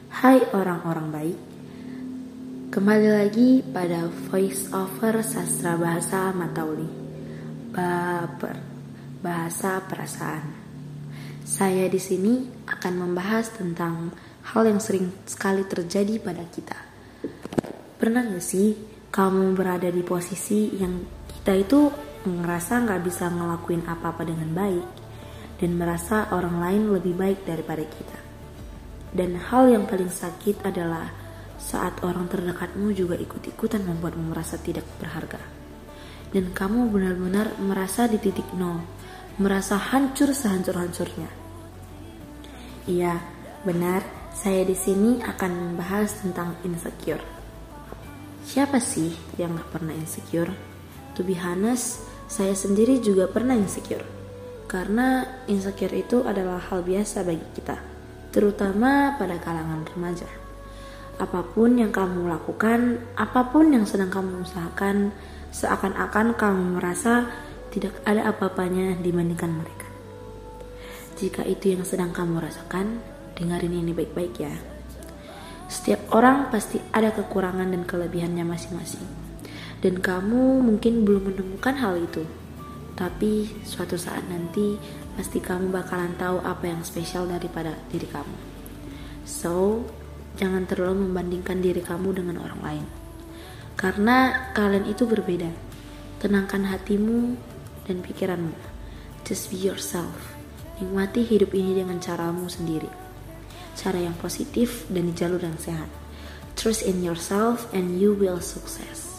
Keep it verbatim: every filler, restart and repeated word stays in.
Hai orang-orang baik, kembali lagi pada voice over sastra bahasa Matauli, Baper, bahasa perasaan. Saya di sini akan membahas tentang hal yang sering sekali terjadi pada kita. Pernah gak sih kamu berada di posisi yang kita itu ngerasa gak bisa ngelakuin apa-apa dengan baik dan merasa orang lain lebih baik daripada kita? Dan hal yang paling sakit adalah saat orang terdekatmu juga ikut-ikutan membuatmu merasa tidak berharga. Dan kamu benar-benar merasa di titik nol, merasa hancur sehancur-hancurnya. Iya, benar, saya di sini akan membahas tentang insecure. Siapa sih yang gak pernah insecure? To be honest, saya sendiri juga pernah insecure. Karena insecure itu adalah hal biasa bagi kita, terutama pada kalangan remaja. Apapun yang kamu lakukan, apapun yang sedang kamu usahakan, seakan-akan kamu merasa tidak ada apa-apanya dibandingkan mereka. Jika itu yang sedang kamu rasakan, dengarin ini baik-baik ya. Setiap orang pasti ada kekurangan dan kelebihannya masing-masing. Dan kamu mungkin belum menemukan hal itu. Tapi suatu saat nanti pasti kamu bakalan tahu apa yang spesial daripada diri kamu. So, jangan terlalu membandingkan diri kamu dengan orang lain. Karena kalian itu berbeda. Tenangkan hatimu dan pikiranmu. Just be yourself. Nikmati hidup ini dengan caramu sendiri. Cara yang positif dan di jalur yang sehat. Trust in yourself and you will success.